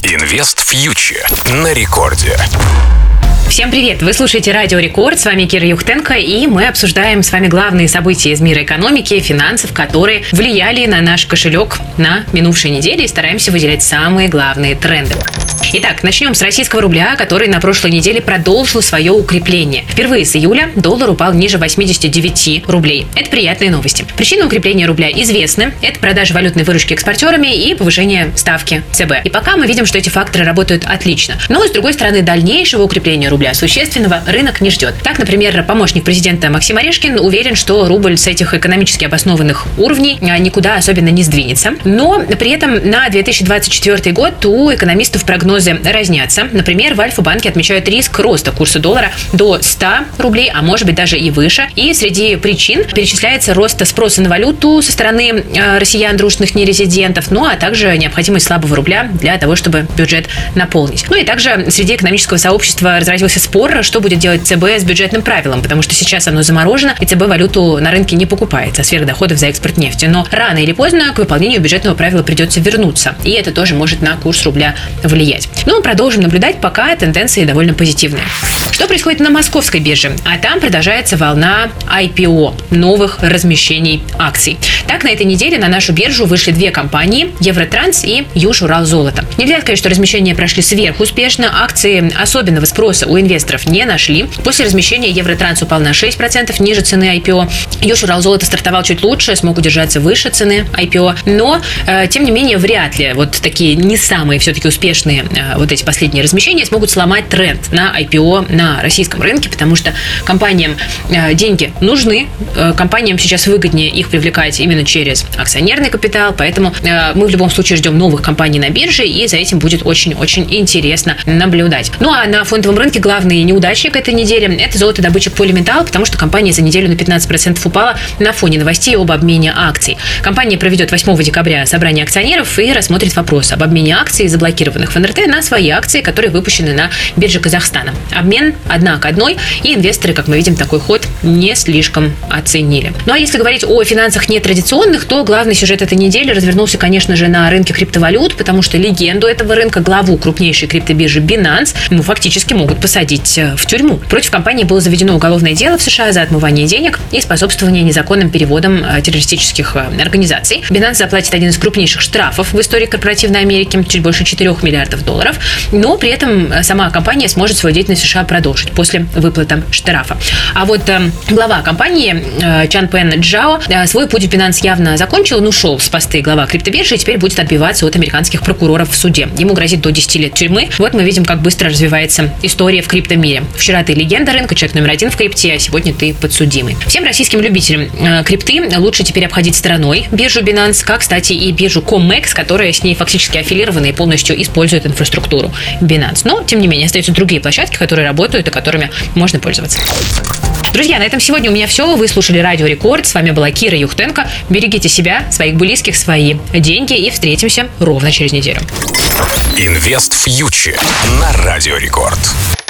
Инвест Фьючер на рекорде. Всем привет! Вы слушаете Радио Рекорд, с вами Кира Юхтенко, и мы обсуждаем с вами главные события из мира экономики, финансов, которые влияли на наш кошелек на минувшей неделе, и стараемся выделять самые главные тренды. Итак, начнем с российского рубля, который на прошлой неделе продолжил свое укрепление. Впервые с июля доллар упал ниже 89 рублей. Это приятные новости. Причины укрепления рубля известны. Это продажа валютной выручки экспортерами и повышение ставки ЦБ. И пока мы видим, что эти факторы работают отлично. Но, с другой стороны, дальнейшего укрепления рубля существенного рынок не ждет. Так, например, помощник президента Максим Орешкин уверен, что рубль с этих экономически обоснованных уровней никуда особенно не сдвинется. Но при этом на 2024 год у экономистов прогнозы разнятся. Например, в Альфа-банке отмечают риск роста курса доллара до 100 рублей, а может быть даже и выше. И среди причин перечисляется рост спроса на валюту со стороны россиян, дружных нерезидентов, ну а также необходимость слабого рубля для того, чтобы бюджет наполнить. Ну и также среди экономического сообщества разразился спор, что будет делать ЦБ с бюджетным правилом, потому что сейчас оно заморожено, и ЦБ валюту на рынке не покупает со сверхдоходов за экспорт нефти. Но рано или поздно к выполнению бюджетного правила придется вернуться, и это тоже может на курс рубля влиять. Но мы продолжим наблюдать, пока тенденции довольно позитивные. Что происходит на московской бирже? А там продолжается волна IPO, новых размещений акций. Так, на этой неделе на нашу биржу вышли две компании – Евротранс и Юж-Урал-Золото. Нельзя сказать, что размещения прошли сверхуспешно. Акции особенного спроса у инвесторов не нашли. После размещения Евротранс упал на 6% ниже цены IPO. Юж-Урал-Золото стартовал чуть лучше, смог удержаться выше цены IPO. Но, тем не менее, вряд ли вот такие не самые все-таки успешные вот эти последние размещения смогут сломать тренд на IPO на российском рынке, потому что компаниям деньги нужны, компаниям сейчас выгоднее их привлекать именно через акционерный капитал, поэтому мы в любом случае ждем новых компаний на бирже, и за этим будет очень-очень интересно наблюдать. Ну а на фондовом рынке главный неудачник этой недели – это золотодобытчик Polymetal, потому что компания за неделю на 15% упала на фоне новостей об обмене акций. Компания проведет 8 декабря собрание акционеров и рассмотрит вопрос об обмене акций, заблокированных в НРТ, на свои акции, которые выпущены на бирже Казахстана. Обмен 1 к 1, и инвесторы, как мы видим, такой ход не слишком оценили. Ну а если говорить о финансах нетрадиционных, то главный сюжет этой недели развернулся, конечно же, на рынке криптовалют, потому что легенду этого рынка, главу крупнейшей криптобиржи Binance, фактически могут посадить в тюрьму. Против компании было заведено уголовное дело в США за отмывание денег и способствование незаконным переводам террористических организаций. Binance заплатит один из крупнейших штрафов в истории корпоративной Америки, чуть больше $4 миллиардов, но при этом сама компания сможет свою деятельность в США продолжить после выплаты штрафа. А вот глава компании Чанпен Джао свой путь в Binance явно закончил, он ушел с посты глава криптобиржи и теперь будет отбиваться от американских прокуроров в суде. Ему грозит до 10 лет тюрьмы. Вот мы видим, как быстро развивается история в криптомире. Вчера ты легенда рынка, человек номер 1 в крипте, а сегодня ты подсудимый. Всем российским любителям крипты лучше теперь обходить стороной биржу Binance, как, кстати, и биржу COMEX, которая с ней фактически аффилирована и полностью использует инфраструктуру Binance. Но, тем не менее, остаются другие площадки, которые работают и которыми можно пользоваться. Друзья, на этом сегодня у меня все. Вы слушали Радио Рекорд. С вами была Кира Юхтенко. Берегите себя, своих близких, свои деньги, и встретимся ровно через неделю. Инвест Фьючер на Радио Рекорд.